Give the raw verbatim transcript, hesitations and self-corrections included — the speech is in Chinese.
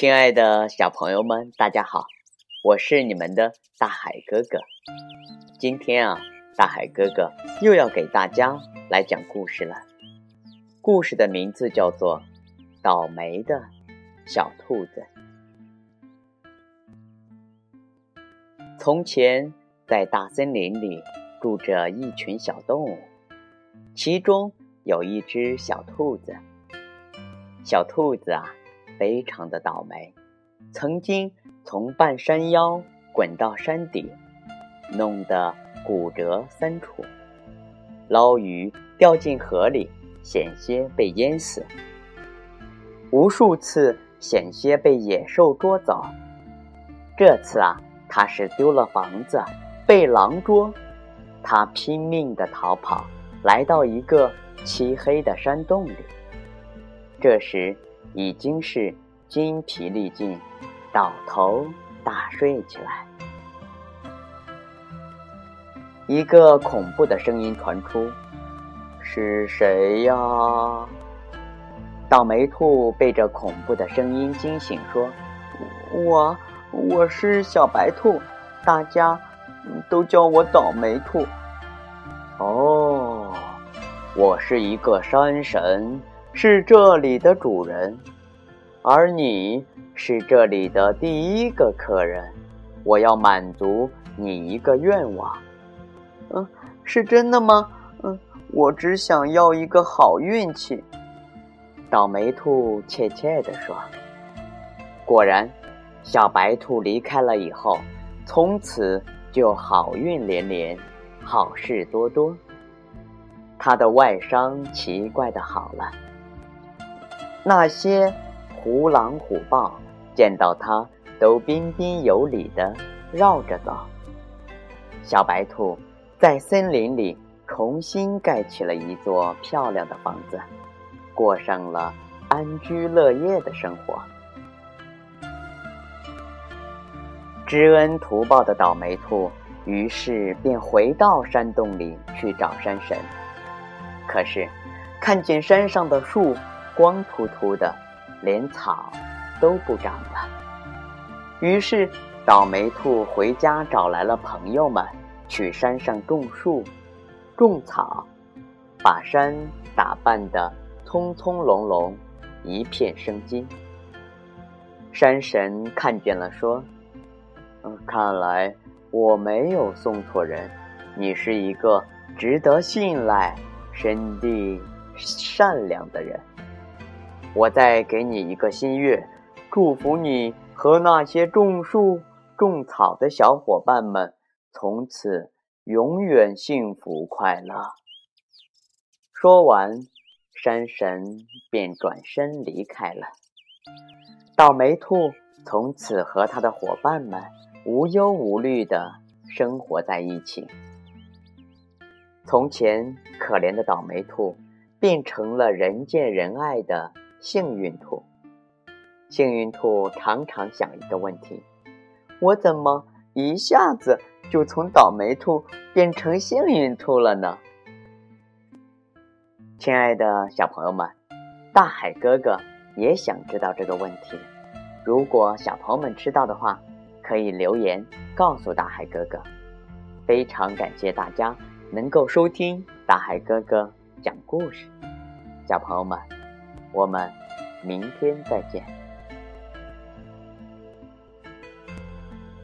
亲爱的小朋友们，大家好，我是你们的大海哥哥。今天啊，大海哥哥又要给大家来讲故事了。故事的名字叫做《倒霉的小兔子》。从前，在大森林里住着一群小动物，其中有一只小兔子。小兔子啊，非常的倒霉，曾经从半山腰滚到山底，弄得骨折三处；捞鱼掉进河里，险些被淹死；无数次险些被野兽捉走。这次啊，他是丢了房子，被狼捉。他拼命地逃跑，来到一个漆黑的山洞里。这时已经是筋疲力尽，倒头大睡起来。一个恐怖的声音传出：“是谁呀？”倒霉兔被这恐怖的声音惊醒，说：“我我是小白兔，大家都叫我倒霉兔。”哦，我是一个山神，是这里的主人，而你是这里的第一个客人，我要满足你一个愿望。嗯，是真的吗？嗯，我只想要一个好运气。倒霉兔怯怯地说。果然，小白兔离开了以后，从此就好运连连，好事多多。他的外伤奇怪地好了。那些狐狼虎豹见到他都彬彬有礼地绕着走。小白兔在森林里重新盖起了一座漂亮的房子，过上了安居乐业的生活。知恩图报的倒霉兔于是便回到山洞里去找山神。可是看见山上的树光秃秃的，连草都不长了。于是倒霉兔回家找来了朋友们，去山上种树种草，把山打扮得葱葱茏茏，一片生机。山神看见了，说：嗯，看来我没有送错人，你是一个值得信赖、心地善良的人。我再给你一个心愿，祝福你和那些种树种草的小伙伴们从此永远幸福快乐。说完，山神便转身离开了。倒霉兔从此和他的伙伴们无忧无虑地生活在一起。从前可怜的倒霉兔变成了人见人爱的幸运兔。幸运兔常常想一个问题：我怎么一下子就从倒霉兔变成幸运兔了呢？亲爱的小朋友们，大海哥哥也想知道这个问题。如果小朋友们知道的话，可以留言告诉大海哥哥。非常感谢大家能够收听大海哥哥讲故事。小朋友们，我们明天再见。